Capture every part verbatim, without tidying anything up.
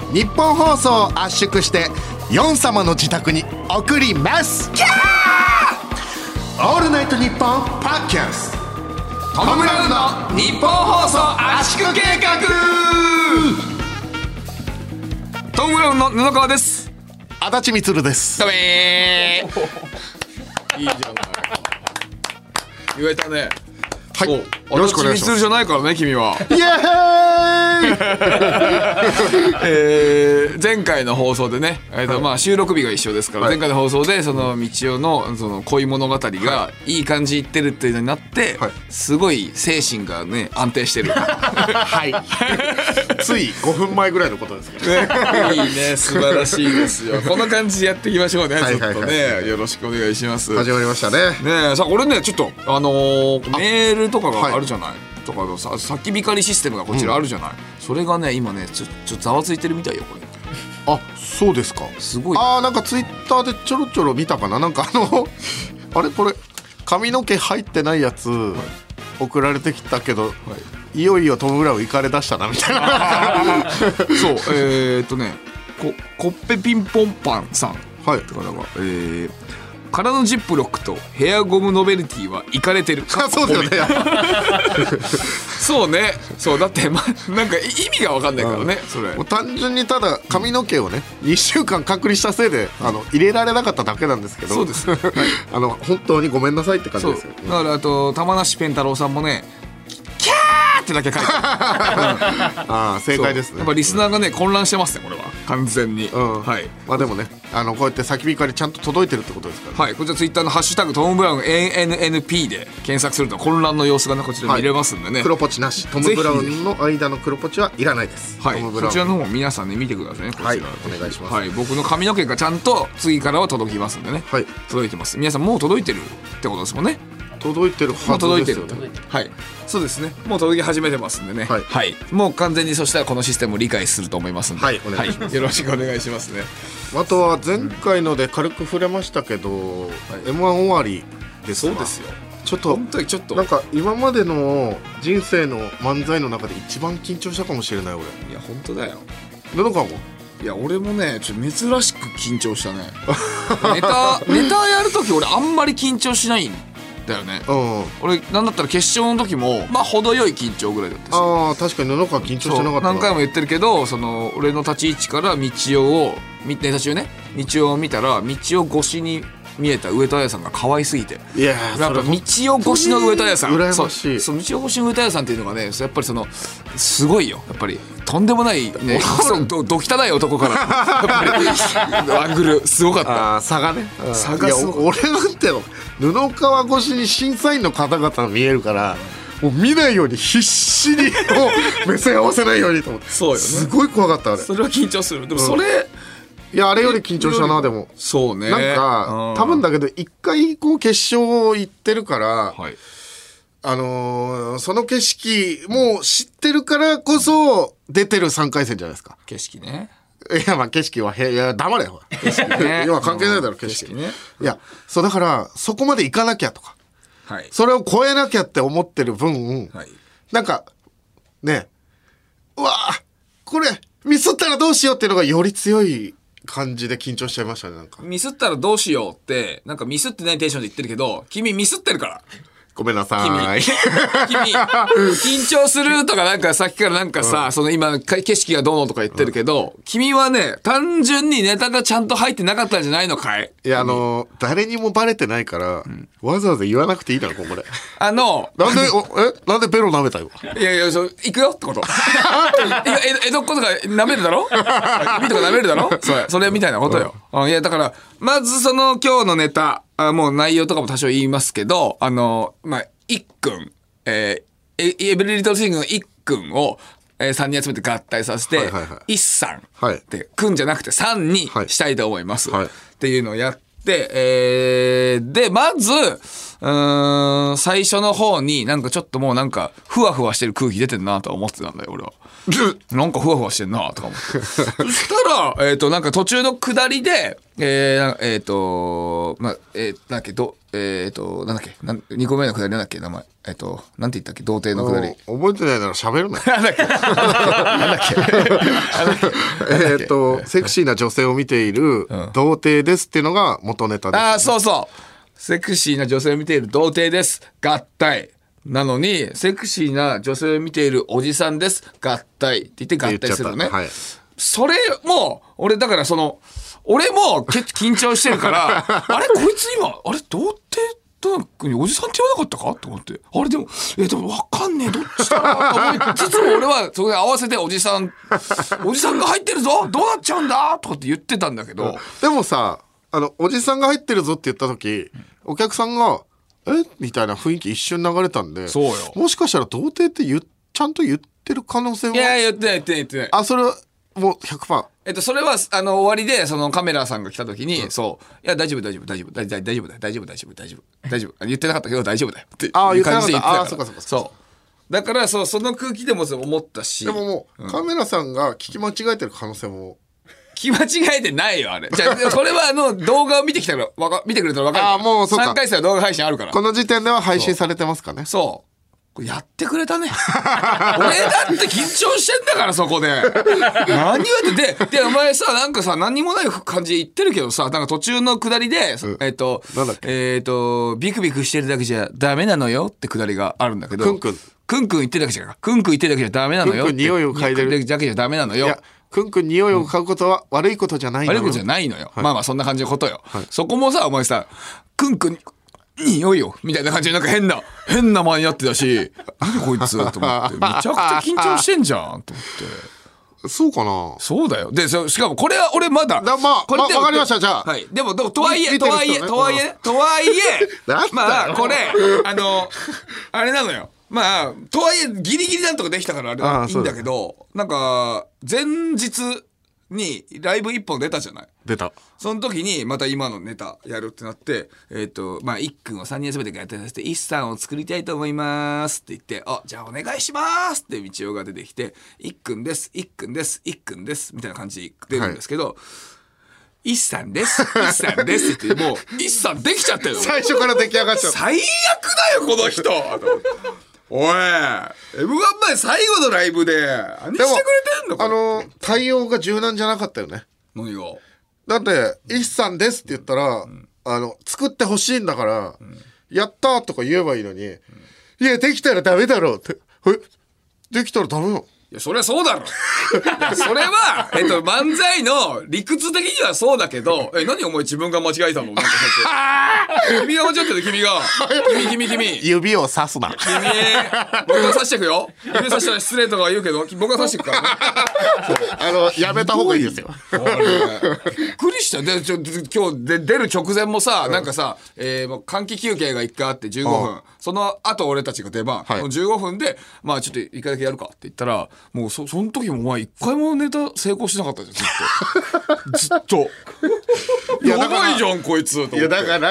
日本放送を圧縮してヨン様の自宅に送ります。キャーオールナイトニッポンポッドキャストトム・ブラウンの日本放送圧縮計画。トム・ブラウンの布川です。 足立みつるです。 ダメーいいじゃない言えたね。 はい、よろしくお願いします。 足立みつるじゃないからね君は。 イエーイえー、前回の放送でね、えーとまあ、収録日が一緒ですから、はい、前回の放送でその道夫 の, その恋物語がいい感じいってるっていうのになって、はい、すごい精神がね安定してる。 はいついごふんまえぐらいのことですけど、ね、 いいね素晴らしいですよ。こんな感じでやっていきましょうね。ずっとねよろしくお願いします。 始まりましたね。 ねさあこれねちょっとあのー、メールとかがあるじゃない、はい、とかのさ先光システムがこちらあるじゃない、うん、それがね今ねちょちょっとざわついてるみたいよこれ。 あそうですか。 すごい。 あなんかツイッターでちょろちょろ見たかな。なんかあのあれこれ髪の毛入ってないやつ、はい、送られてきたけど、はい、いよいよトム・ブラウン行かれ出したなみたいな。 そうえー、っとねこコッペピンポンパンさん、はい、とかなんかえー空のジップロックとヘアゴムノベルティはイカれてる。 そうだよね。 そうね。そうだって、ま、なんか意味が分かんないからね、うん、それもう単純にただ髪の毛をねにしゅうかん隔離したせいであの入れられなかっただけなんですけど。 そうです、はい、 あの本当にごめんなさいって感じですよ。 だからあと玉梨ペンタロウさんもねキャーってだけ書いてああ正解ですね。 やっぱリスナーがね混乱してますねこれは完全に、うん、はい。 まあでもねあのこうやって先光ちゃんと届いてるってことですから、ね、 はい。こちらツイッターのハッシュタグトム・ブラウン エーエヌエヌピー で検索すると混乱の様子がねこちら見れますんでね、はい、 黒ポチなし。トム・ブラウンの間の黒ポチはいらないです。 はい。こちらの方も皆さんね見てくださいねこちら、はい、 お願いします。 はい。僕の髪の毛がちゃんと次からは届きますんでね、はい、届いてます。皆さんもう届いてるってことですもんね。 届いてるはずですよ。もう届いてる。 はいそうですね。もう届き始めてますんでね、はい、はい、もう完全にそしたらこのシステムを理解すると思いますんで、 はいお願いします、 はい、よろしくお願いしますね。 あとは前回ので軽く触れましたけど、うんはい、エムワン 終わりですがそうですよ。 ちょっと本当にちょっとなんか今までの人生の漫才の中で一番緊張したかもしれない俺。 いや本当だよ。 布川もいや俺もねちょっと珍しく緊張したね。ネタネタやるとき俺あんまり緊張しないんだよね、うん、俺なんだったら決勝の時もまあ程よい緊張ぐらいだったし。 あ確かに布川緊張してなかったな。 何回も言ってるけどその俺の立ち位置から道夫をネタ中ね道夫を見たら道夫越しに見えた上戸彩さんが可愛すぎて。いややっぱ道夫越しの上戸彩さん羨ましい。 そう道夫越しの上戸彩さんっていうのがねやっぱりそのすごいよやっぱりとんでもないねどど汚い男からやっぱりアングルすごかった。 あ差がね差がすごい。 俺なんての布川越しに審査員の方々が見えるからもう見ないように必死に目線合わせないようにと思って。 そうよねすごい怖かったあれ。 それは緊張する。でもそれ、うんいやあれより緊張したな。でもそうねなんか多分だけど一回こう決勝行ってるから、はい、あのー、その景色もう知ってるからこそ出てるさんかい戦じゃないですか。 景色ね。 いやまあ景色はへいや黙れよ。景色ね。今関係ないだろ景色。景色ね。いやそうだからそこまで行かなきゃとか、はい、それを超えなきゃって思ってる分、はい、なんかねうわこれミスったらどうしようっていうのがより強い感じで緊張しちゃいましたね。なんかミスったらどうしようってなんかミスってないテンションで言ってるけど君ミスってるから。 ごめんなさい。 君君緊張するとかなんかさっきからなんかさ、うん、その今景色がどうのとか言ってるけど、うん、君はね単純にネタがちゃんと入ってなかったんじゃないのかい。 いやあの誰にもバレてないから、うん、わざわざ言わなくていいだろここで。 あのなんでおえなんでベロ舐めたよ。 いやいやそう行くよってこと。江戸っ子とか舐めるだろ。指とか舐めるだろ。それそれみたいなことよ、うん、いやだからまずその今日のネタあもう内容とかも多少言いますけどあのまあいっくん、えー、エブリリトルシングのいっくんを、えー、さんにん集めて合体させて、はいはいはい、いっさんってくんじゃなくてさんにしたいと思います、はい、っていうのをやって、えー、でまずうーん最初の方になんかちょっともうなんかふわふわしてる空気出てるなとは思ってたんだよ俺は。なんかふわふわしてんなとか思ってそしたら、えーと、なんか途中の下りでえー、えーとまあえー、なんだっけどえーとなんだっけなんにこめの下りなんだっけ名前えっとなんて言ったっけ、童貞のくだり。 覚えてないなら喋るな。 なんだっけなんだっけえっとセクシーな女性を見ている童貞ですっていうのが元ネタです、ね。 ああそうそう、セクシーな女性を見ている童貞です合体なのに、セクシーな女性を見ているおじさんです合体って言って合体するのね、はい、それも俺だからその俺も結構緊張してるからあれこいつ今あれ童貞におじさんって言わなかったかと思って、あれでもえでも分かんねえどっちだなと思いつつも俺はそこで合わせておじさんおじさんが入ってるぞどうなっちゃうんだとかって言ってたんだけど、うん、 でもさあのおじさんが入ってるぞって言った時お客さんがえみたいな雰囲気一瞬流れたんで、 そうよ、 もしかしたら童貞って言ちゃんと言ってる可能性は。 いや言ってない言ってない言ってない。 あそれはもう ひゃくパーセント。 えっと、それはあの終わりでそのカメラさんが来た時に、うん、そういや大丈夫大丈夫大丈夫大丈夫大丈夫大丈夫大丈夫大丈夫大丈夫言ってなかったけど大丈夫だよっていう感じで言ってたから。あ、そうかそうかそうだからそうその空気でも思ったし、 でももう、うん、カメラさんが聞き間違えてる可能性も。 聞き間違えてないよあれ。じゃあこれはあの動画を見てきたらわか見てくれたら分かる。 あもうそうか、 さんかい生は動画配信あるから。この時点では配信されてますかね。 そうやってくれたね俺だって緊張してんだからそこで何言われてででお前さなんかさ何にもない感じで言ってるけどさ、なんか途中の下りで、うん、えっ、ー、とえっ、ー、とビクビクしてるだけじゃダメなのよって下りがあるんだけど、 クンクンクンクン言ってるだけじゃクンクン言ってるだけじゃダメなのよ、 クンクン匂いを嗅いでるだけじゃダメなのよ。 いやクンクン匂いを嗅ぐことは悪いことじゃないのよ、 悪いことじゃないのよ、はい、まあまあそんな感じのことよ、はい、そこもさお前さクンクン匂いよみたいな感じでなんか変な変な間になってたし何こいつと思ってめちゃくちゃ緊張してんじゃんと思って。 そうかな。 そうだよ。でしかもこれは俺まだだまあこれで、ま、分かりました。じゃあ、 はい、でもでもとはいえとはいえとはいえとはいえまあこれあのあれなのよ。まあとはいえギリギリなんとかできたからあれはいいんだけど、なんか前日にライブ一本出たじゃない。 出た。 その時にまた今のネタやるってなって、えっとまあいっくんをさんにん集めてやってさせていっさんを作りたいと思いますって言って、あじゃあお願いしますって道夫が出てきて、いっくんですいっくんですいっくんですみたいな感じで出るんですけど、はい、いっさんですいっさんですって言ってもういっさんできちゃったよ最初から出来上がっちゃった。 最悪だよこの人おい エムワン 前最後のライブで何してくれてんの。 あの対応が柔軟じゃなかったよね。 何がだって「一さんです」って言ったら、うん、あの作ってほしいんだから「うん、やった」とか言えばいいのに「うん、いやできたらダメだろ」って「えできたらダメなの？」 いやそりゃそうだろいやそれは、えっと、漫才の理屈的にはそうだけどえ何お前自分が間違えたのなんか君が間違ってる君が君君君指をさすな君僕が刺してくよ。指刺したら失礼とか言うけど僕が刺してくからねあのやめた方がいいですよびっくりしたでちょ今日で出る直前もさ、うん、なんかさ、えー、もう換気休憩がいっかいあってじゅうごふん、その後俺たちが出番、はい、じゅうごふんでまあちょっと一回だけやるかって言ったらもう そ, その時もお前一回もネタ成功しなかったじゃんずっとずっとやばいじゃんこいつ。 いやだから、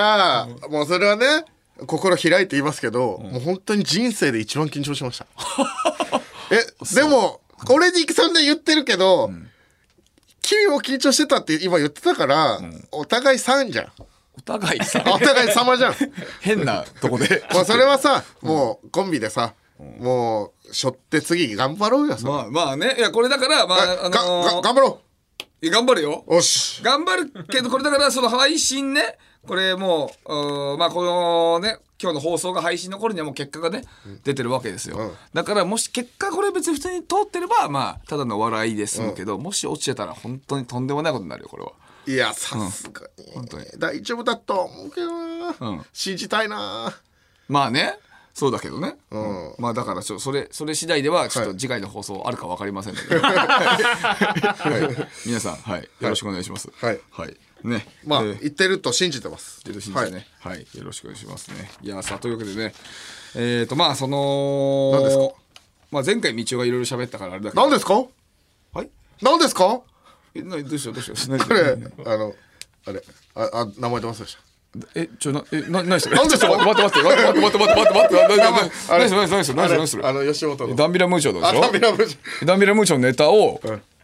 うん、もうそれはね心開いて言いますけど、うん、もう本当に人生で一番緊張しましたえでも俺にそんな言ってるけど、うん、君も緊張してたって今言ってたから、うん、お互いさんじゃん。 お互いさお互い様じゃん変なとこでもうそれはさもうコンビでさ、うん、もうしょって次頑張ろうよ。 まあまあねいやこれだからまあ、あのー、 頑張ろう頑張るよ。 よし頑張るけどこれだからその配信ねこれもうまあこのね今日の放送が配信の頃にはもう結果がね、うん、出てるわけですよ、うん、だからもし結果これ別に普通に通ってればまあただの笑いで済むけど、うん、もし落ちてたら本当にとんでもないことになるよこれは。 いやさすがに、うん、本当に大丈夫だと思うけどな、うん、信じたいな。 まあねそうだけどね、うんうん、まあだからちょそれそれ次第ではちょっと次回の放送あるか分かりませんので、はい、皆さん、はい、よろしくお願いします。はい、はいね、 まあ、えー、言ってると信じてます。 言ってると信じてね、はい、はい、よろしくお願いしますね。いやさあというわけでねえっ、ー、とまあその何ですか、 まあ、前回道夫がいろいろ喋ったからあれだけど何ですかはい何ですかえなどうしようどうしようこれあのあれああ名前出ますでした。 えちょなえな何それ何ですか待って待って待って待って待って待って待って待って待って何それ何それ何それ何それあの吉本のダンビラムーチョでしょ。 ダンビラムーチョダンビラムーチョのネタを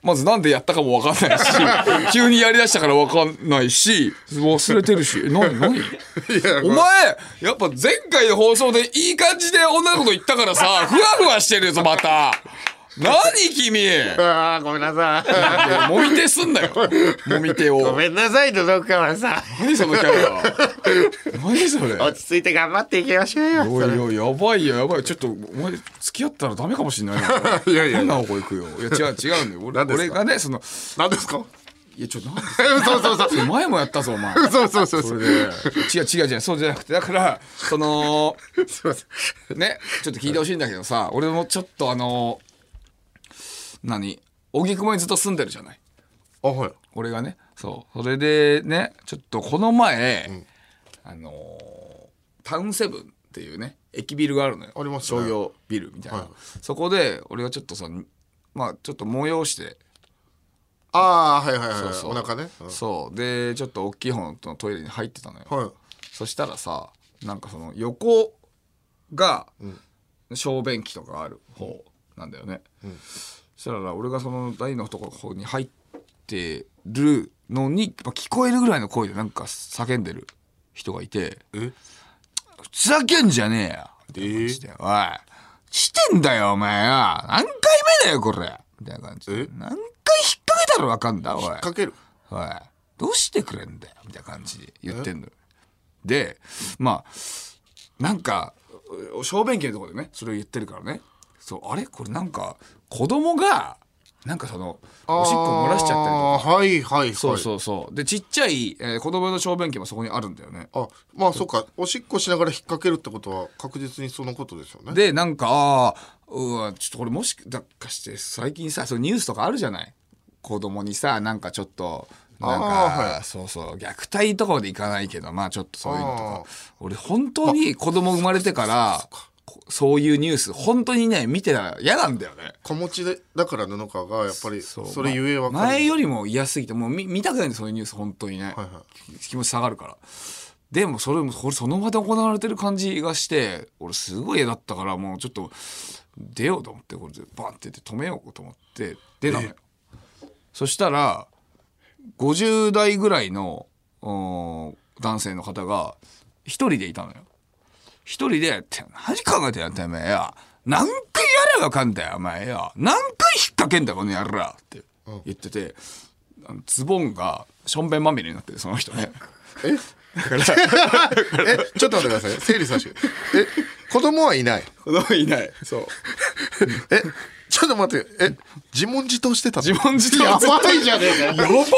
まずなんでやったかも分かんないし急にやりだしたから分かんないし忘れてるし何何お前やっぱ前回の放送でいい感じで女の子と言ったからさふわふわしてるぞまた何君あーごめんなさいもみ手すんなよもみ手をごめんなさいとどっかはさ何そのキャラ何それ落ち着いて頑張っていきましょうよおいおいやばいよやばいちょっとお前付き合ったらダメかもしんないないやいや変な方向行くよいや違う違うんだよ俺俺がねその何ですかいやちょっと何ですかそうそうそう前もやったぞお前そうそうそうそれで違う違う違うそうじゃなくてだからそのすいませんねちょっと聞いてほしいんだけどさ俺もちょっとあの何荻窪にずっと住んでるじゃないあはい俺がねそうそれでねちょっとこの前、うん、あのー、タウンセブンっていうね駅ビルがあるのよありますね商業ビルみたいな、はい、そこで俺がちょっとさまあちょっと催してああはいはいはいそうそうお腹ね、 うん、そうでちょっと大きい方のトイレに入ってたのよ、 はい、 そしたらさなんかその横が小便器とかある方なんだよね、うん、そしたら俺がその台のところに入ってるのに聞こえるぐらいの声でなんか叫んでる人がいてえふざけんじゃねえよみたいな感じで、えー、おいしてんだよお前よ何回目だよこれみたいな感じで何回引っ掛けたらわかんだおい引っ掛けるおいどうしてくれんだよみたいな感じで言ってんのよでまあなんか小便器のところでねそれを言ってるからねそうあれこれなんか子供がなんかそのおしっこ漏らしちゃったりとかはいはいはいそうそうそうでちっちゃい、えー、子供の小便器もそこにあるんだよねあまあそうかおしっこしながら引っ掛けるってことは確実にそのことですよねでなんかあうわちょっとこれもしかして最近さそのニュースとかあるじゃない子供にさなんかちょっとなんか、はい、そうそう虐待とかまでいかないけどまあちょっとそういうのとか俺本当に子供生まれてからそういうニュース本当にね見てたら嫌なんだよね子持ちでだからなのかがやっぱりそれゆえわかる前よりも嫌すぎてもう 見, 見たくないんだそういうニュース本当にね、はいはい、気持ち下がるからでもそれもこれその場で行われてる感じがして俺すごい嫌だったからもうちょっと出ようと思ってこれでバンって言って止めようと思って出たのよそしたらごじゅう代ぐらいの男性の方が一人でいたのよ一人で「何考えてやんてめえよ何回やればわかんだよお前よ何回引っ掛けんだこの野郎」って言ってて、うん、ズボンがしょんべんまみれになってるその人ねえだからえちょっと待ってください整理させてえ子供はいない子供いないそうえちょっと待ってえ自問自答してた自問自答やばいじゃねえかよやばっブワ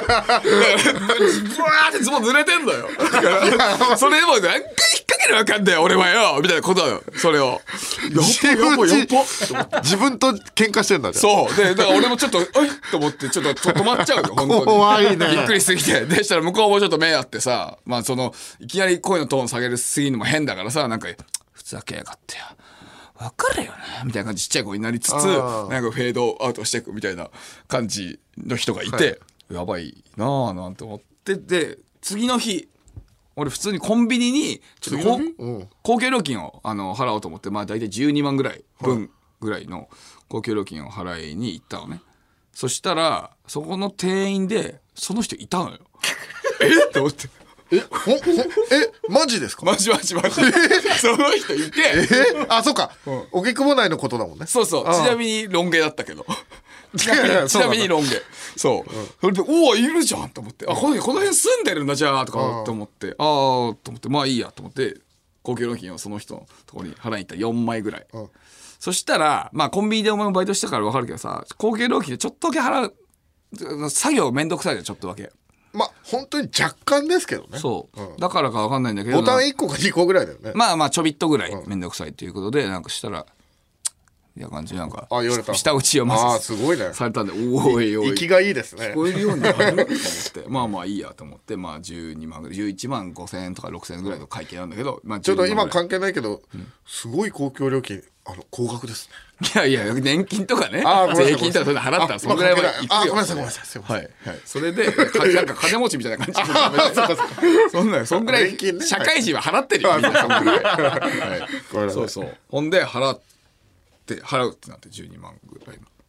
ーってズボン濡れてんだよだからそれでも何回引っ掛けるわかんだよ俺はよみたいなことだよそれを自分自分と喧嘩してんだじゃんそうでだから俺もちょっと「おい!」と思ってちょっと止まっちゃうよ本当に怖いねびっくりしすぎてでしたら向こうもちょっと目あってさまあそのいきなり声のトーン下げるすぎるのも変だからさなんか「ふざけやがってよ分かるよね」みたいな感じちっちゃい声になりつつなんかフェードアウトしていくみたいな感じの人がいて、はい、やばいなぁなんて思ってで次の日俺普通にコンビニにちょっと公共料金をあの払おうと思ってまあ大体じゅうにまんぐらい分ぐらいの公共料金を払いに行ったのねそしたらそこの店員でその人いたのよえって思ってえほほえマジですかマジマジマジその人いてえあそうか荻窪内のことだもんねそうそうちなみにロン毛だったけどちなみにちなみにロン毛そう、うん、それでおおいるじゃんと思ってあこのこの辺住んでるんだじゃあとかと思ってああと思ってまあいいやと思って公共料金をその人のところに払いに行ったよんまいぐらい、うん、そしたらまあコンビニでお前もバイトしたから分かるけどさ公共料金でちょっとだけ払う作業めんどくさいじゃんちょっとだけまあ本当に若干ですけどねそう、うん、だからか分かんないんだけどボタンいっこかにこぐらいだよねまあまあちょびっとぐらいめんどくさいということでなんかしたらいや感じなんかあ言われた下打ちをまずあすごいねされたんでおいおい息がいいですね聞こえるようになると思ってまあまあいいやと思ってまあじゅうにまんぐらいじゅういちまんごせんえんとかろくせんえんぐらいの会計なんだけど、まあ、 ちょっと今関係ないけど、うん、すごい公共料金あの高額ですねいやいや年金とかね税金とかそれで払ったらそのぐらいはいくよあごめんなさいごめんなさいはいはいそれでなんか金持ちみたいな感じでそんなそんぐらい社会人は払ってるよみんなそんぐらいはいそうそうほんで払ってで払うってなってじゅうにまんぐらいの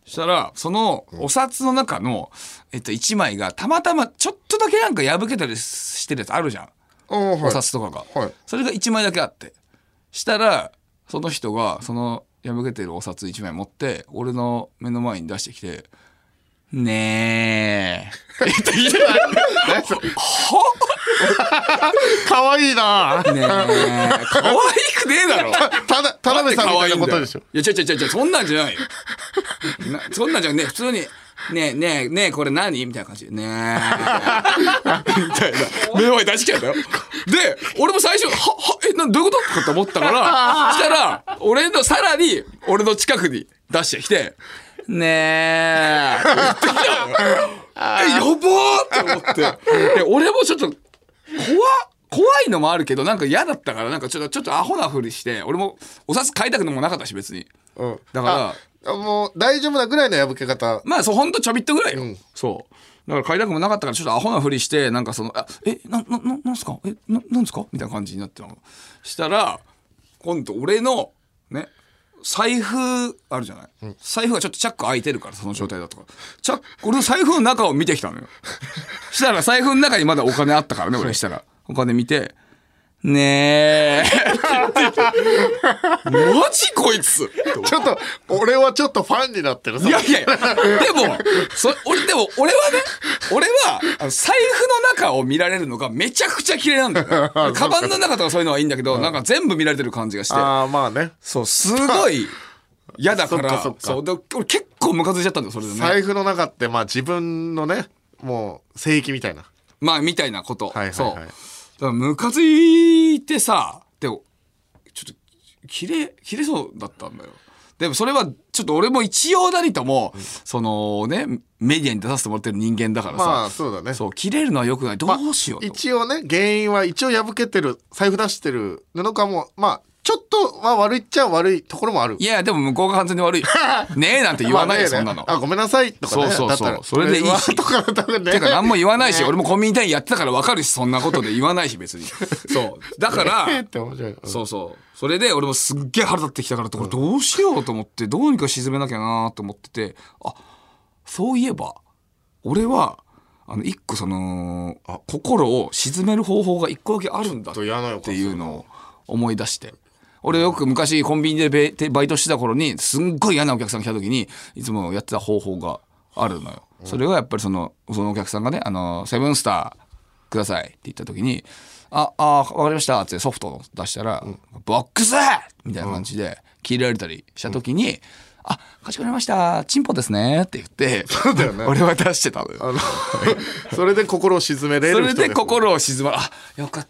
したらそのお札の中の、えっと、いちまいがたまたまちょっとだけなんか破けたりしてるやつあるじゃん、はい、お札とかが、はい、それがいちまいだけあって、したらその人がその破けてるお札いちまい持って俺の目の前に出してきて「ねえ」って言ってはかわいいな。 ねえ、かわいくねえだろ。 ただ田辺さんみたいなことでしょ。 いや違う違う違う、そんなんじゃないよ。なそんなんじゃねえ、普通にねえねえねえこれ何みたいな感じでねえみたいな目の前に出しちゃうんだよ。で俺も最初ははえなどういうことかと思ったから、したら俺のさらに俺の近くに出してきてねえって言ってきたのよ。えやばーって思ってで俺もちょっと怖怖いのもあるけどなんか嫌だったからなんかちょっとちょっとアホなふりして俺もお札買いたくのもなかったし別に、うん、だからもう大丈夫なぐらいの破け方、 まあそうほんとちょびっとぐらいよ、うん、そうだから買いたくもなかったからちょっとアホなふりしてなんかそのあえななななんすかえななんすかみたいな感じになってのしたら今度俺のね財布あるじゃない、うん、財布がちょっとチャック開いてるからその状態だとかチャック俺の財布の中を見てきたのよしたら財布の中にまだお金あったからね俺したらお金見てねえマジこいつちょっと俺はちょっとファンになってる。 いやいやいやでもそ俺でも俺はね俺は財布の中を見られるのがめちゃくちゃ綺麗なんだよカバンの中とかそういうのはいいんだけどなんか全部見られてる感じがして、 ああまあね、 そうすごい嫌だからそっかそっか、そうで俺結構ムカついちゃったんだよそれでね。 財布の中ってまあ自分のねもう聖域みたいなまあみたいなこと、はいはいはい、そうだからムカついてさでもちょっと切れ切れそうだったんだよ。でもそれはちょっと俺も一応なりとも、うん、そのねメディアに出させてもらってる人間だからさ、 まあそうだね、 そう切れるのはよくないどうしようと、 まあ、一応ね原因は一応破けてる財布出してる布かもまあちょっとは悪いっちゃ悪いところもある。 いやでも向こうが完全に悪いねえなんて言わないよ、ね、そんなの。 あごめんなさいとかね。 そうそうそうそれでいいし。 とかだったらね。 てか何も言わないし、ね、俺もコンビニ店員やってたから分かるしそんなことで言わないし別に。そうだからそうそうそれで俺もすっげえ腹立ってきたからってこれどうしようと思ってどうにか沈めなきゃなと思ってて、あそういえば俺はあの一個そのあ心を沈める方法が一個だけあるんだっていうのを思い出して。俺よく昔コンビニでバイトしてた頃にすんごい嫌なお客さんが来た時にいつもやってた方法があるのよ。それはやっぱりそのそのお客さんがねあのセブンスターくださいって言った時にああ分かりましたってソフトを出したら、うん、ボックスみたいな感じで切れられたりした時に、うんあ、かしこまりました。チンポですねって言って、 そうだよね。 俺は出してたのよ。あのそれで心を沈めれる人です、 ね。それで心を沈まる。あ、よかった。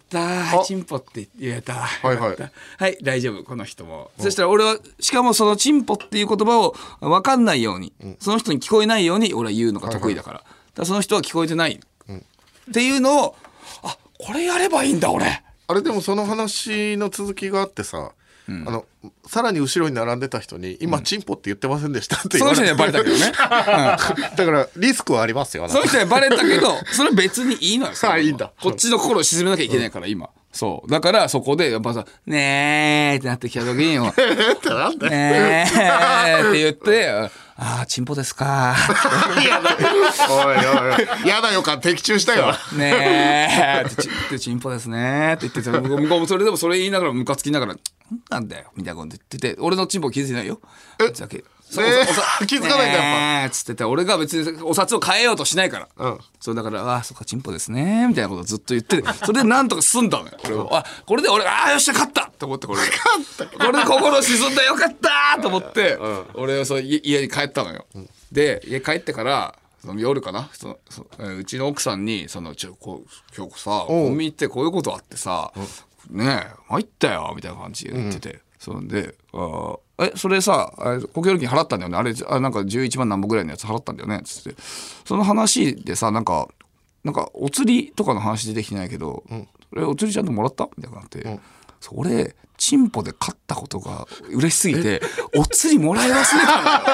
チンポって言えた。 はいはい。 はい、大丈夫。この人も。そしたら俺は、しかもそのチンポっていう言葉を分かんないように、うん、その人に聞こえないように俺は言うのが得意だから。はいはい、だからその人は聞こえてない。うん、っていうのを、あ、これやればいいんだ俺。 あれでもその話の続きがあってさ、うん、あのさらに後ろに並んでた人に今、うん、チンポって言ってませんでしたって言われて、 その人にはバレたけどね、うん、 だからリスクはありますよ。 その人にはバレたけどそれ別にいいのよ。 あいいんだ。 こっちの心を沈めなきゃいけないから、うん、今そうだからそこでやっぱさねーってなってきた時にねーって言ってあーチンポですかやだおいおいやだよか的中したよねーってチンポですねって言ってた向こうもそれでもそれ言いながらムカつきながらなんだよみたいなこと言ってて俺のチンポ気づいてないよえだけ気づかないんだやっぱつってて俺が別にお札を変えようとしないから、うん、そうだからあそっかチンポですねみたいなことをずっと言ってそれでなんとか済んだのよ俺は、うん、あこれで俺あよっしゃ勝ったと思ってこれでこれで心沈んだよかったと思って、うん、俺はそう家に帰ったのよ、うん、で家帰ってからその夜かなそのそうちの奥さんにそのちょこう今日さコンビニってこういうことあってさ、うん、ねえ参ったよみたいな感じで言ってて、うん、そんであえそれさ公共料金払ったんだよねあれあなんかじゅういちまん何本ぐらいのやつ払ったんだよねつってその話でさなんかなんかお釣りとかの話出てきてないけど、うん、それお釣りちゃんともらったみたいなって、うん、それチンポで勝ったことが嬉しすぎてお釣りもらい忘れたのよ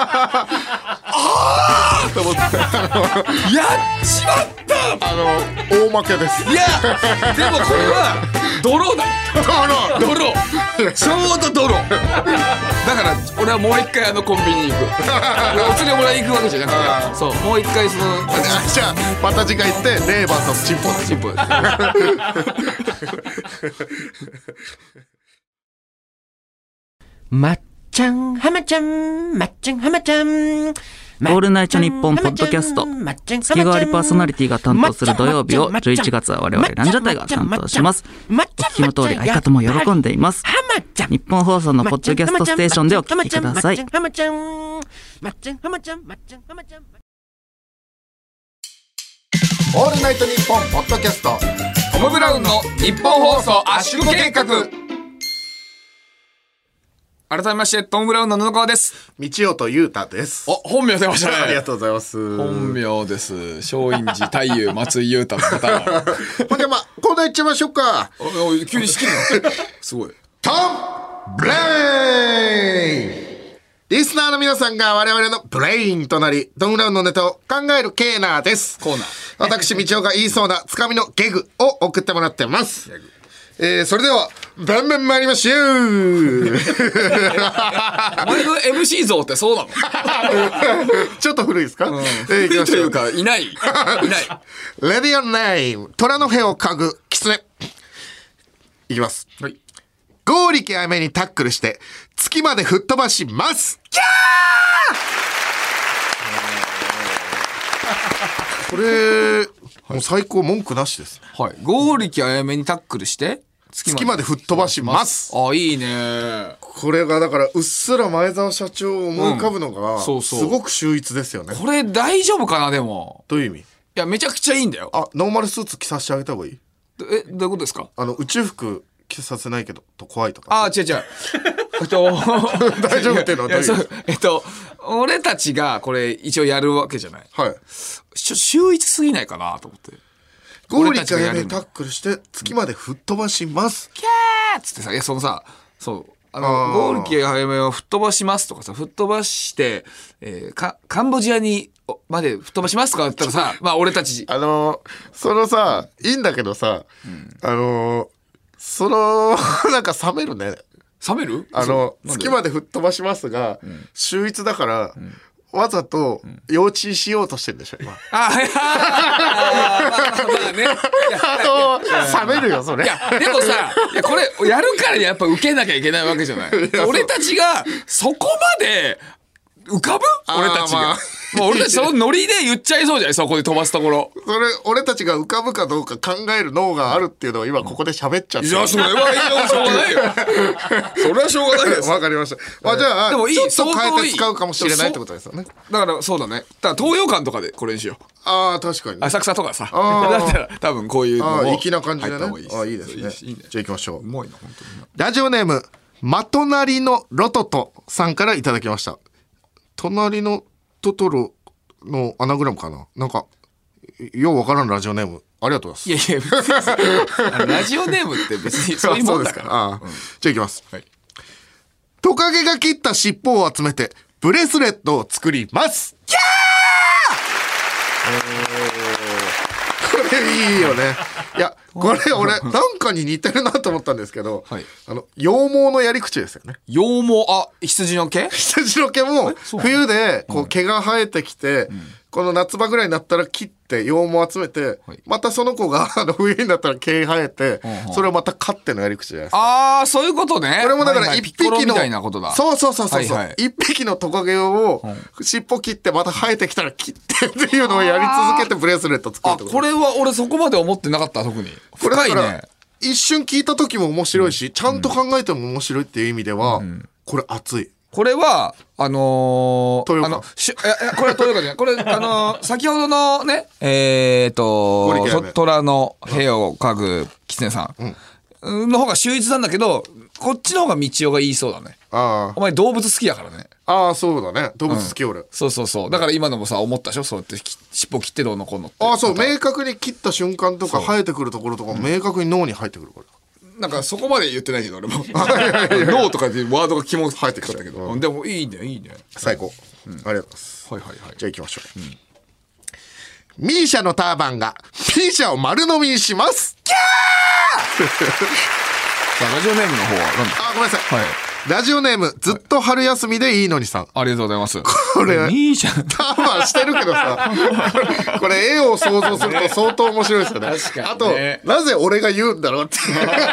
あーと思ってやっちまったあの大負けです。 いやでもこれはドローだドロードローちょうどドローだから俺はもう一回あのコンビニに行くお釣りをもらいに行くわけじゃなくて、そうもう一回そのじゃあまた次回行ってレーバーさんチンポチンポまっちゃんはまちゃんまっちゃんはまちゃんオールナイトニッポンポッドキャスト月替わりパーソナリティが担当する土曜日をじゅういちがつは我々ランジャタイが担当します。お聞きの通り相方も喜んでいます。日本放送のポッドキャストステーションでお聞きください。 オールナイトニッポンポッドキャストトム・ブラウンの日本放送圧縮計画。改めましてトム・ブラウンの布川です。 道夫と裕太です。 お、本名出ましたね。 ありがとうございます。 本名です。松陰寺太夫松井裕太の方がほんでまあコーナーいっちゃいましょうか。 急に好きなすごいトム・ブレイン。リスナーの皆さんが我々のブレインとなりトム・ブラウンのネタを考えるケーナーです。 コーナー私道夫が言いそうなつかみのゲグを送ってもらってます。えー、それではバンバン参りましょう。お前の エムシー 像ってそうなのちょっと古いですか、うん、えー、古いというかいないいないレディオネーム虎の屁を嗅ぐキツネいきます、はい、剛力あやめにタックルして月まで吹っ飛ばします。キャーこれもう最高文句なしです。 はい。剛力あやめにタックルして月まで吹っ飛ばします。 あ、いいね。 これがだからうっすら前澤社長を思い浮かぶのが、うん、そうそうすごく秀逸ですよね。 これ大丈夫かなでも。 どういう意味？いやめちゃくちゃいいんだよ。 あ、ノーマルスーツ着させてあげた方がいい？ え、どういうことですか？ あの宇宙服着させないけどと怖いとか。 あ、違う違う。えっと大丈夫っていうのはどういう？ えっと俺たちがこれ一応やるわけじゃない。 はい。 ちょ秀逸すぎないかなと思って。 剛力あやめにタックルして月まで吹っ飛ばします。 キャーっつってさ、いやそのさ、そうあの剛力あやめを吹っ飛ばしますとかさ、吹っ飛ばして、えー、かカンボジアにまで吹っ飛ばしますとかだったらさ、まあ俺たちあのそのさいいんだけどさ、うん、あのそのなんか冷めるね。 冷める？ あの月まで吹っ飛ばしますが、うん、秀逸だから。うん、わざと幼稚しようとしてるんでしょ今。ああ、ね。冷めるよそれ。 いやでもさ、いやこれやるからにやっぱ受けなきゃいけないわけじゃない。俺たちがそこまで浮かぶ？俺たちが。まあもう俺たちそのノリで言っちゃいそうじゃないそこで飛ばすところ。 それ俺たちが浮かぶかどうか考える脳があるっていうのを今ここで喋っちゃって。 いやそれはいいよしょうがないよ。それはしょうがないです。 わかりました。まあじゃあでもいいちょっと変えて使うかもしれないってことですよね。 だからそうだね。だから東洋館とかでこれにしよう。 ああ確かに、ね。 浅草とかさ。だったら多分こういうのも粋な感じでね。ああいいですね。 いいね。 じゃあ行きましょう。 もういいな本当に。 ラジオネームまとなりのロトトさんからいただきました。隣のトトロのアナグラムかな、なんかようわからんラジオネームありがとうございます。 いやいやラジオネームって別にそういうもんだから。 ああ、うん、じゃあいきます、はい、トカゲが切った尻尾を集めてブレスレットを作ります。キャー、これいいよね。いやこれ俺なんかに似てるなと思ったんですけど、はい、あの羊毛のやり口ですよね。 羊毛、あ、羊の毛？ 羊の毛も冬でこう毛が生えてきて、うん、この夏場ぐらいになったら切って羊毛集めて、はい、またその子があの冬になったら毛生えて、うん、それをまた飼ってのやり口じゃないですか。 ああそういうことね。 これもだから一匹の、はいはい、みたいなことだ。 そうそうそうそう、はいはい、一匹のトカゲを尻尾切ってまた生えてきたら切ってっていうのをやり続けてブレスレット作るってこと。 あ、これは俺そこまで思ってなかった。特に深いね。 一瞬聞いた時も面白いし、うん、ちゃんと考えても面白いっていう意味では、うん、これ熱い。 これはあのー、あのしいやこれは東洋館じゃない。これあのー、先ほどのねえっ、ー、と虎の屁を嗅ぐ狐さん、うん、の方が秀逸なんだけど、こっちの方が道夫が言いそうだね。あ、お前動物好きやからね。 ああそうだね、動物好き、うん、俺。 そうそうそう、だから今のもさ思ったでしょ、そうやって尻尾切ってどうのこうのって。 ああそう、明確に切った瞬間とか生えてくるところとか明確に脳に入ってくるから、 うん、なんかそこまで言ってないけど俺も脳とかでワードが肝入ってきたけど、うん、でもいいねいいね、 最高、うん、ありがとうございます。はいはいはい。じゃあ行きましょう、うん、ミーシャのターバンがミーシャを丸飲みにします。キャーさあラジオネームの方は何だ。 あ、ごめんなさい。 はい。 ラジオネーム、ずっと春休みでいいのにさん。 ありがとうございます。 これ、 いいじゃん。 ターバンしてるけどさ、これ絵を想像すると相当面白いですよね。 確かにね。 あと、なぜ俺が言うんだろうって。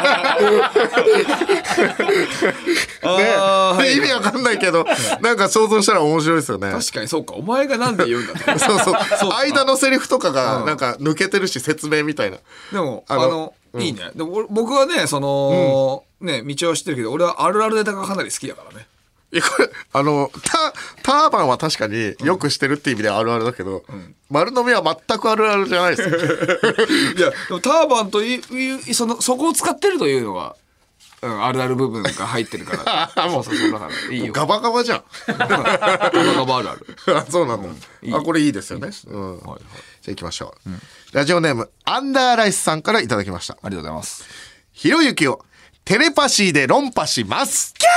ね、意味わかんないけど、なんか想像したら面白いですよね。 確かにそうか。お前がなんで言うんだって。 そうそう。間のセリフとかがなんか抜けてるし、説明みたいな。 でも、あの、いいね。でも僕はね、その、ね、道を知ってるけど、俺はあるあるネタがかなり好きだからね。 いや、これ、あの、タ、ターバンは確かによくしてるって意味ではあるあるだけど、うん、丸飲みは全くあるあるじゃないですよ。 いや、でもターバンという、その、そこを使ってるというのが、うん、あるある部分が入ってるから。もうそうそう、だから、いいよ。 ガバガバじゃん。 ガバガバあるある。 あ、そうなんだ。うん、あ、これいいですよね。うん。はいはい、じゃあ行きましょう、うん。ラジオネーム、アンダーライスさんからいただきました。 ありがとうございます。 ひろゆきをテレパシーで論破します。キャ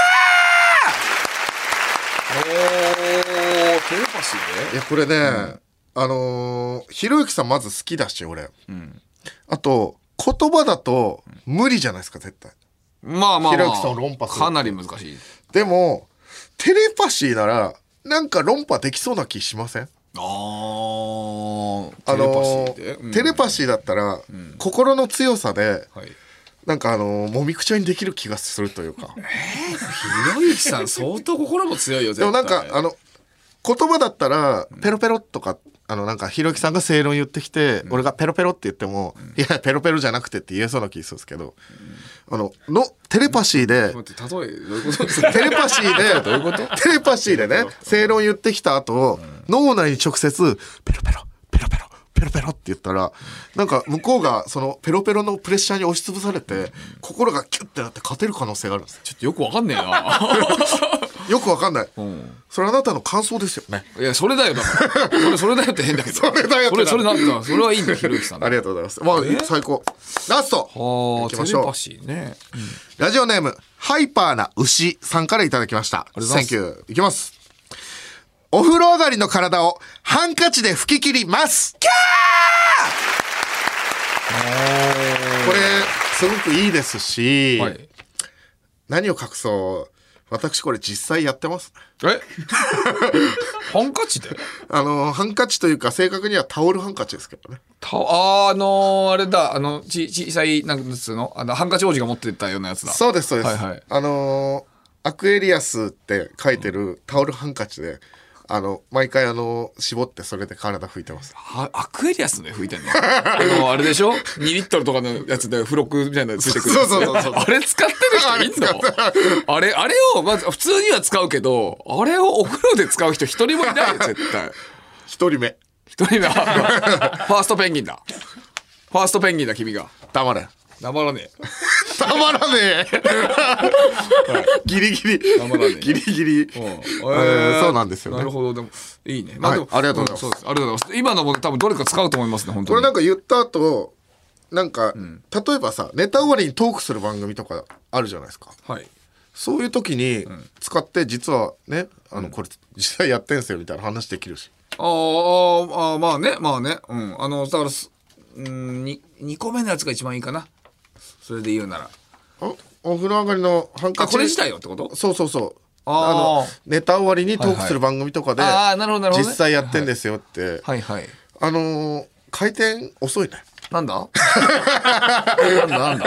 ー！おー、テレパシーで？ いや、これね、うん、あのー、ひろゆきさんまず好きだし、俺。うん、あと、言葉だと無理じゃないですか、絶対。 まあまあ、まあ、 ひろゆきさんを論破する。 かなり難しい。 でも、テレパシーなら、なんか論破できそうな気しません？ あー、 あのーうん、テレパシーだったら、うん、心の強さで、はい、なんかあのー、もみくちゃにできる気がするというか。 えー、ひろゆきさん相当心も強いよ、絶対。 でもなんかあの言葉だったらペロペロとか、あのなんかひろゆきさんが正論言ってきて、うん、俺がペロペロって言っても、うん、いやペロペロじゃなくてって言えそうな気するんですけど、うん、あののテレパシーで、テレパシーでどういうこと？テレパシーでね、正論言ってきた後、うん、脳内に直接ペロペロペロペロペロペロって言ったら、なんか向こうがそのペロペロのプレッシャーに押しつぶされて、心がキュッてなって勝てる可能性があるんです。 ちょっとよくわかんねえな。 よくわかんない、うん、それあなたの感想ですよね。 いや、それだよだからそれ、それだよって変だけど。 それだよってそれ、それなんだ、それはいいんだ、ひろゆきさん。 ありがとうございます。まあ、最高。ラストはあ、テレパシーね、 うん、ラジオネームハイパーな牛さんからいただきました。センキュー。いきます。お風呂上がりの体をハンカチで拭き切ります。キャー！これすごくいいですし、はい、何を隠そう、私これ実際やってます。 えハンカチで？ あのハンカチというか正確にはタオルハンカチですけどね。 たあ、あのー、あれだ、あのち小さいなんつうの、あのハンカチ王子が持ってたようなやつだ。 そうですそうです。 はいはい、 あのー、アクエリアスって書いてるタオルハンカチで。あの毎回あの絞ってそれで体拭いてます。 はアクエリアスで拭いてんの？あのあれでしょ？にリットルとかのやつで付録みたいなのついてくる。 そうそうそうそう。 あれ使ってる人いんの？あれあれをまず普通には使うけど、あれをお風呂で使う人一人もいないよ絶対。 一人目。 一人目。ファーストペンギンだ。ファーストペンギンだ君が。 黙れ。 黙らねえ。 黙らねえ。ギリギリ。 黙らねえ。 ギリギリ。そうなんですよね。 なるほど。でもいいね。まあでもありがとうございます。 そうです。ありがとうございます。今のも多分どれか使うと思いますね本当に。 これなんか言った後なんか例えばさネタ終わりにトークする番組とかあるじゃないですか。 はい。 そういう時に使って実はねあのこれ実際やってんすよみたいな話できるし。 ああまあねまあねうんあのだからうんににこめのやつが一番いいかな。それで言うならあお風呂上がりのハンカチ。 これ自体よってこと？ そうそうそう。あのネタ終わりにトークする番組とかで実際やってんですよってはいはいあの回転遅いね。 なんだなんだなんだなんだ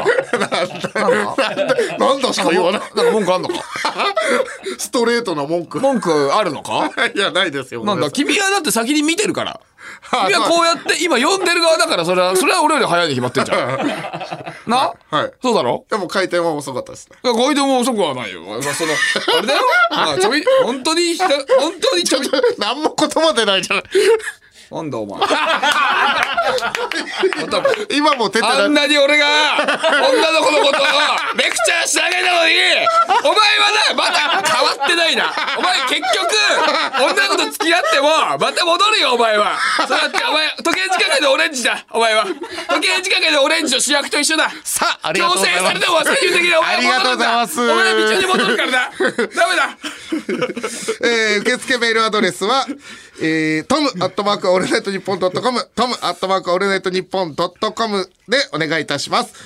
なんだしか言わない。 なんか文句あんのか？ ストレートな文句文句あるのか？ いやないですよ。 なんだ君はだって先に見てるから君はこうやって今読んでる側だからそれはそれは俺より早いに決まってんじゃんな。 はいそうだろ。 でも回転は遅かったですね。 回転も遅くはないよ。そのあれだよまあちょい本当に本当にちょい何も言葉出ないじゃない。 なんだお前今も出てない。 あんなに俺が女の子のことをレクチャーしてあげたのにお前はなまだ変わってないな。お前結局女の子と付き合ってもまた戻るよお前は。そうやってお前時計仕掛けでオレンジだお前は。時計仕掛けでオレンジの主役と一緒だ。 さあありがとうございます。 強制されても最終的にお前は戻るんだ。 ありがとうございます。 お前道に戻るからな。ダメだ。 えー、受付メールアドレスは、えー、トムアットマークオールナイトニッポンドットコムトムアットマークオールナイトニッポンドットコムでお願いいたします。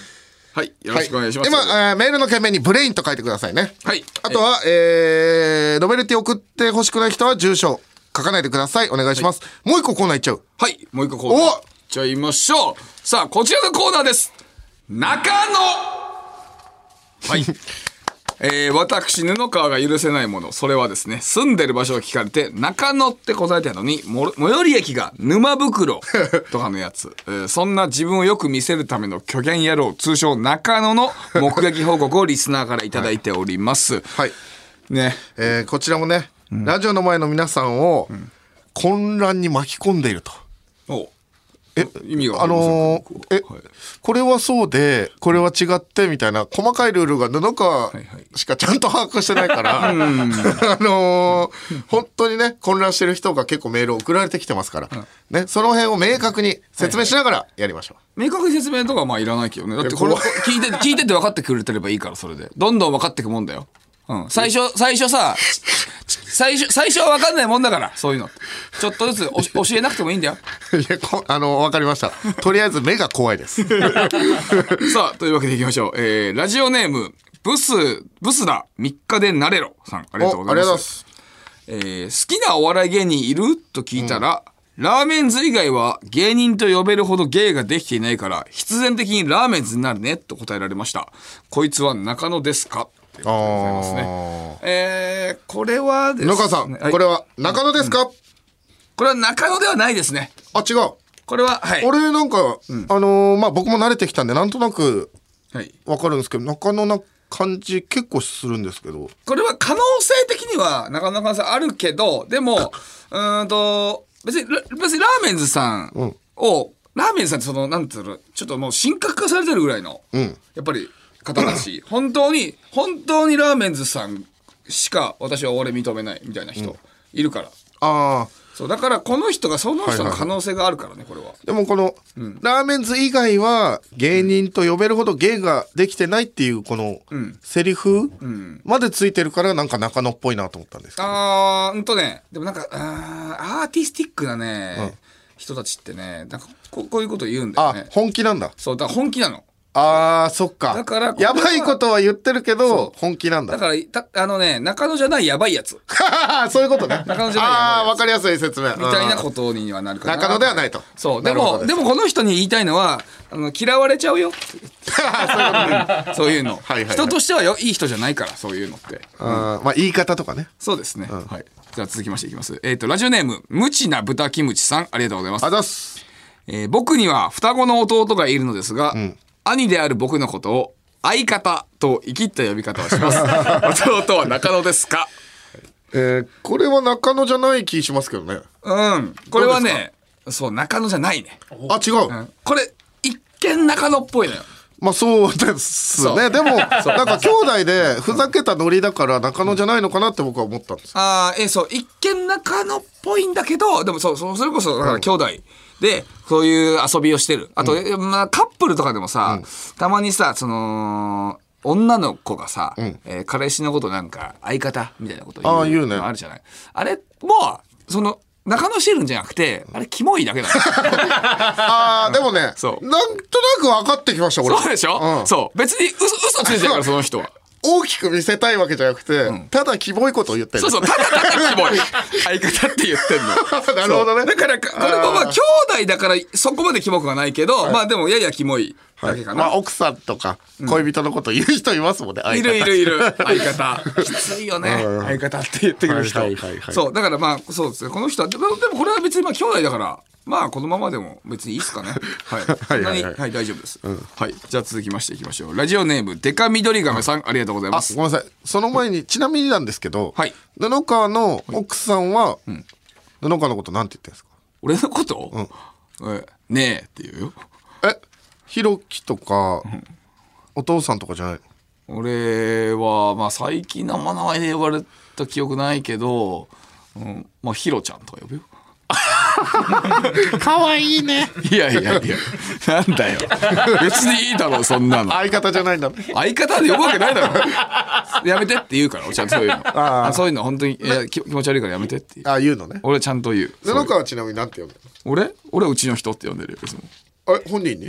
はい、よろしくお願いします。 今、えー、メールの件名にブレインと書いてくださいね。 はい。 あとは、えー、ノベルティ送って欲しくない人は住所書かないでください。お願いします。はい、もう一個コーナーいっちゃう。 はい、もう一個コーナーいっちゃいましょう。さあ、こちらのコーナーです。中野はい。えー、私、布川が許せないもの、それはですね、住んでる場所を聞かれて、中野って答えてたのに、も最寄り駅が沼袋とかのやつ、えー。そんな自分をよく見せるための虚言野郎、通称中野の目撃報告をリスナーからいただいております。 はい。 ね。 えー、こちらもね、うん、ラジオの前の皆さんを混乱に巻き込んでいると。 おう。 え、意味があのー、え、はい、これはそうでこれは違ってみたいな細かいルールが布川しかちゃんと把握してないから、はいはい、あのー、本当にね混乱してる人が結構メールを送られてきてますから、うん、ね、その辺を明確に説明しながらやりましょう。はいはい、 明確に説明とかはまあいらないけどね。だってこれ聞いて聞いてて分かってくれてればいいから、それでどんどん分かってくもんだよ。うん、最初最初さ最初最初は分かんないもんだから、そういうのちょっとずつお教えなくてもいいんだよ。 いやこあの分かりました。とりあえず目が怖いですさあというわけでいきましょう。えー、ラジオネームブスブスだみっかでなれろさん、ありがとうございます。えー、好きなお笑い芸人いると聞いたら、うん、ラーメンズ以外は芸人と呼べるほど芸ができていないから必然的にラーメンズになるねと答えられました。こいつは中野ですか？ありがとうございますね。えー、これはですね、 野川さん、はい、これは中野ですか？うん、 これは中野ではないですね。 あ、違う。 これは、はい。 俺なんか、うん、あのー、まあ、僕も慣れてきたんでなんとなくわかるんですけど、中野な感じ結構するんですけど、 これは可能性的にはなかなかあるけど、でもうーんと別に別にラーメンズさんを、うん、ラーメンズさんってそのなんていうの、ちょっともう神格化されてるぐらいの、うん、やっぱり方だし本当に本当にラーメンズさんしか私は俺認めないみたいな人いるから、うん、ああ、そうだからこの人がその人の可能性があるからね、これは。 でもこの、うん、ラーメンズ以外は芸人と呼べるほど芸ができてないっていうこのセリフまでついてるからなんか中野っぽいなと思ったんですけど、 あーうんとね、でもなんかあアーティスティックなね、うん、人たちってね、なんかこ, こういうこと言うんだよね。 あ、本気なんだ。 そうだから本気なの。 あーそっか。 だからやばいことは言ってるけど本気なんだ。 だからたあのね、中野じゃないやばいやつそういうことね。 中野じゃないやばいやつ。あー分かりやすい説明みたいなことにはなるかな。 中野ではないと。 そうでもでもこの人に言いたいのは、あの嫌われちゃうよそういうのはいはい、はい、人としてはよいい人じゃないから、そういうのって、 うん、あまあ言い方とかね。 そうですね、うん、はい。じゃあ続きましていきます。えっ、ー、とラジオネーム無知な豚キムチさん、ありがとうございます。 あざっす。 えー、僕には双子の弟がいるのですが、うん、兄である僕のことを相方と生きった呼び方をします弟は中野ですか？ えー、これは中野じゃない気しますけどね。 うん、これはね、そう中野じゃないね。 あ、違う、うん、 これ一見中野っぽいのよ。 まあそうですね。でもなんか兄弟でふざけたノリだから中野じゃないのかなって僕は思ったんです。 ああ、えー、そう一見中野っぽいんだけど、でもそうそう、それこそだから兄弟、うんでそういう遊びをしてる。あと、うん、まあ、カップルとかでもさ、うん、たまにさ、その女の子がさ、うん、えー、彼氏のことなんか相方みたいなことを言うのあるじゃない。 あ, ね、あれもその中野してるんじゃなくて、あれキモいだけだあーでもね、そうなんとなく分かってきました俺。 そうでしょ、うん、そう別に嘘嘘ついてるからその人は大きく見せたいわけじゃなくて、うん、ただキモいことを言ってる。 そうそう、ただただキモい相方って言ってんのなるほどね。 だからこれもまあ兄弟だからそこまでキモくはないけど、はい、まあでもややキモいだけかな、 はい、まあ、奥さんとか恋人のこと言う人いますもんね、 うん、いるいるいる相方きついよね相方って言ってくる人、はいはいはいはい、そうだからまあそうですね、この人はでもこれは別にまあ兄弟だからまあこのままでも別にいいですかね。はい。そんなに、はい、はい、大丈夫です、うん。はい。じゃあ続きましていきましょう。ラジオネームデカミドリガメさん、ありがとうございます。 あ、ごめんなさい。その前にちなみになんですけど、はい。布川の奥さんは、うん、布川のことなんて言ってんですか？ 俺のこと？うん。えねえって言うよ。 え、ひろきとか、うん、お父さんとかじゃないの？ 俺はまあ最近の名前で呼ばれた記憶ないけど、うん、まあひろちゃんとか呼ぶよ。 かわいいね。 いやいやいや、なんだよ。別にいいだろうそんなの。 相方じゃないんだ。 相方で呼ぶわけないだろ。やめてって言うから、ちゃんとそういうの。あそういうの本当にいや気持ち悪いからやめてっていう。 あ言うのね。 俺ちゃんと言う。 布川はちなみになんて呼んでるの？ 俺？俺はうちの人って呼んでるよ。いつも。 え本人に？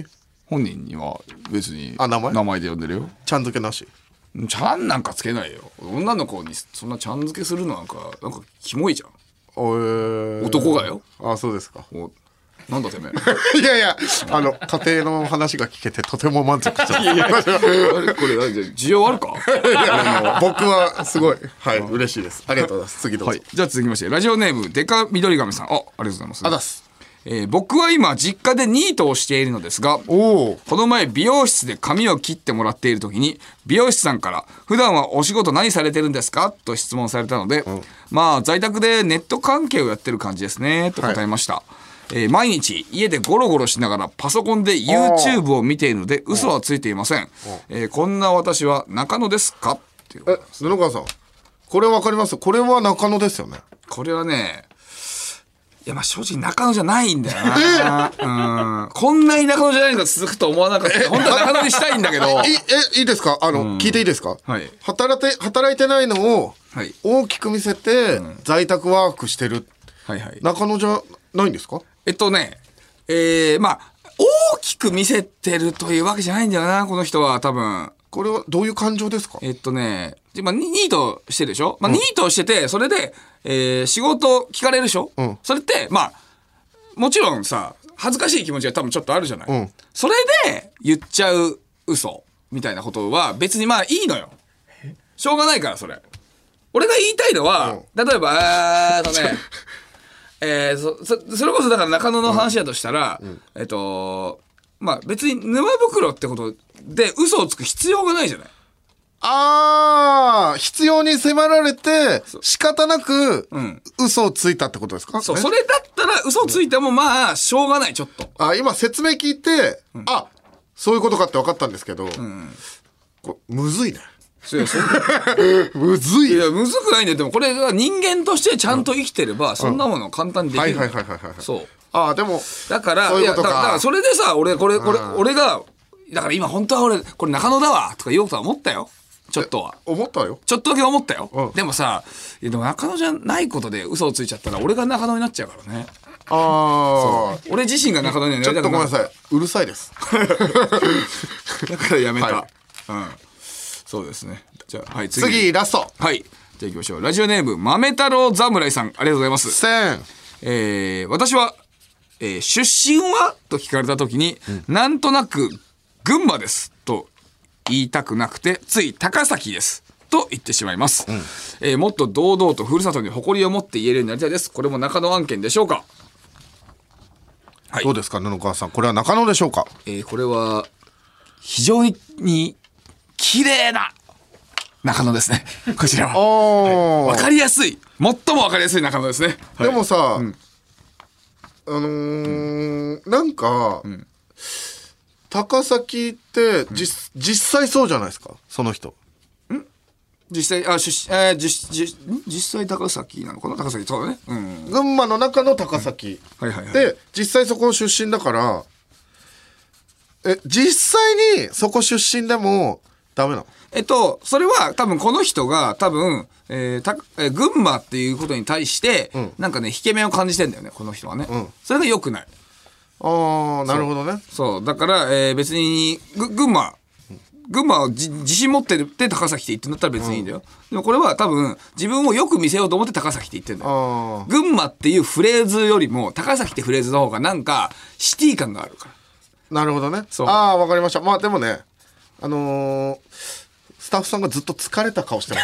本人には別にあ名前名前で呼んでるよ。 ちゃん付けなし。 ちゃんなんかつけないよ。女の子にそんなちゃん付けするのなんかなんかキモいじゃん。 えー、 男がよ。 あそうですか。 おなんだてめえ。いやいやあの家庭の話が聞けてとても満足しちゃった。いやいやこれ需要あるか。 いや僕はすごいはい嬉しいです。ありがとうございます。次どうぞ。はい、 じゃあ続きましてラジオネームデカ緑亀さん。あありがとうございます。 あだす。 えー、僕は今実家でニートをしているのですが、この前美容室で髪を切ってもらっている時に美容師さんから普段はお仕事何されてるんですかと質問されたので、うん、まあ在宅でネット関係をやってる感じですねと答えました。はい、えー、毎日家でゴロゴロしながらパソコンで YouTube を見ているので嘘はついていません。えー、こんな私は中野ですかっていう。 え布川さんこれわかります？これは中野ですよね。 これはねいやまあ正直中野じゃないんだよな。えー、うんこんなに中野じゃないのが続くと思わなかった。本当は中野にしたいんだけど。 ええいいですかあの、うん、聞いていいですか、はい、働いて働いてないのを大きく見せて、はい、在宅ワークしてる、はいはい、中野じゃないんですか？ えっとねえー、まあ大きく見せてるというわけじゃないんだよなこの人は多分。 これはどういう感情ですか？ えっとね、まあ、ニートしてるでしょ、まあ、ニートしててそれで、えー、仕事聞かれるでしょ、うん、それってまあもちろんさ恥ずかしい気持ちが多分ちょっとあるじゃない、うん、それで言っちゃう嘘みたいなことは別にまあいいのよ。しょうがないからそれ。俺が言いたいのは、うん、例えばあーとねえー、そ, そ, それこそだから中野の話だとしたら、うん、えっとまあ別に沼袋ってことで嘘をつく必要がないじゃない。 ああ必要に迫られて仕方なく嘘をついたってことですか？ そう、それだったら嘘をついてもまあしょうがないちょっと。 あ今説明聞いて、うん、あそういうことかって分かったんですけど、うん、こむずいね。 そうそむずい。 いやむずくないんだよ。でもこれが人間としてちゃんと生きてれば、うん、そんなもの簡単にできる。 はいはいはいはいはい。 そう。 あでもだからそういうことか。いやだからそれでさ俺これこれ俺がだから今本当は俺これ中野だわとか言おうとは思ったよ。ちょっとは思ったよ。 ちょっとだけ思ったよ。うん、でもさでも中野じゃないことで嘘をついちゃったら俺が中野になっちゃうからね。 ああ俺自身が中野になりたくない。 ちょっとごめんなさいうるさいです。 だからやめた。はい、うんそうですね。じゃあはい次次ラスト。 はいじゃあ行きましょう。ラジオネーム豆太郎侍さんありがとうございます。 せんえー、私は、えー、出身はと聞かれた時に、うん、なんとなく群馬ですと言いたくなくてつい高崎ですと言ってしまいます、うんえー、もっと堂々とふるさとに誇りを持って言えるようになりたいです。これも中野案件でしょうか？ はい、どうですか布川さんこれは中野でしょうか？ えー、これは非常に綺麗な中野ですねこちらは、はい、分かりやすい最も分かりやすい中野ですね、 はい、でもさ、うん、あのーうん、なんか、うん、高崎ってじ、うん、実際そうじゃないですかその人ん実際あ出、えー、実, 実, 実際高崎なのかな高崎そうだね、うん、 群馬の中の高崎、うんはいはいはい、で実際そこ出身だからえ実際にそこ出身でもダメなの？ えっとそれは多分この人が多分、えーたえー、群馬っていうことに対して、うん、なんかね引け目を感じてんだよねこの人はね、うん、それが良くない。 ああなるほどね。 そうだから、えー、別に群馬群馬を自信持ってるって高崎って言ってんだったら別にいいんだよ、うん、でもこれは多分自分をよく見せようと思って高崎って言ってんだよ。群馬っていうフレーズよりも高崎ってフレーズの方がなんかシティ感があるから。 なるほどね。ああわかりました。まあでもねあのー、スタッフさんがずっと疲れた顔してます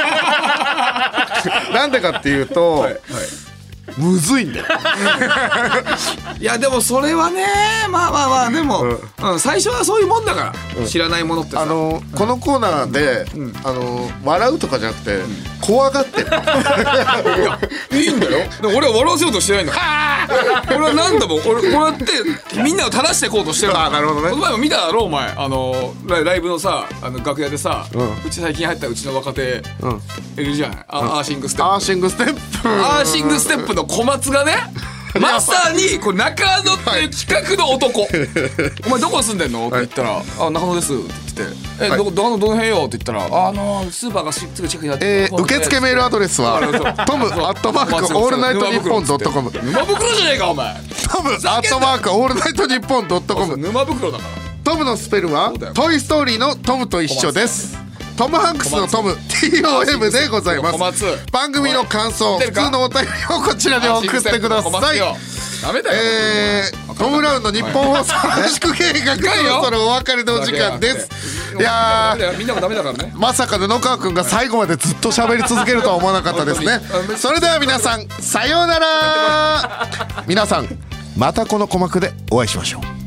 なんでかっていうと、はいはい、むずいんだよいやでもそれはねまあまあまあでも、うんうん、最初はそういうもんだから、うん、知らないものってさ、 あのー、このコーナーで、うんあのー、笑うとかじゃなくて、うん、怖がってるいやいいんだよ。でも俺は笑わせようとしてないんだ俺は何度も俺こうやってみんなを正していこうとしてる。 あなるほどね。 この前も見ただろお前あのライブのさあの楽屋でさ、うん、うち最近入ったうちの若手、うん、いるじゃない、うん、アーシングステップアーシングステップアーシングステップの小松がねまさにこれ中野っていう企画の男、はい、お前どこ住んでんのって言ったら、はい、あ中野ですって言ってえ、はい、ど, ど, どの辺よって言ったらあのスーパーがすぐ近くにあって、 えー、受付メールアドレスはトムアットマークオールナイトニッポンドットコム。 沼袋じゃねえかお前。 トムアットマークオールナイトニッポンドットコム。 沼袋だからトムのスペルはトイストーリーのトムと一緒です。トムハンクスのトム ティーオーエム でございます。番組の感想、普通のお便りをこちらに送ってください。 ダメだよ。 えー、トム・ブラウンの日本放送圧縮計画、そろそろお別れの時間です。いやー、みんなもダメだからね。 まさか布川くんが最後までずっと喋り続けるとは思わなかったですね。それでは皆さん、さようなら。皆さん、またこの鼓膜でお会いしましょう。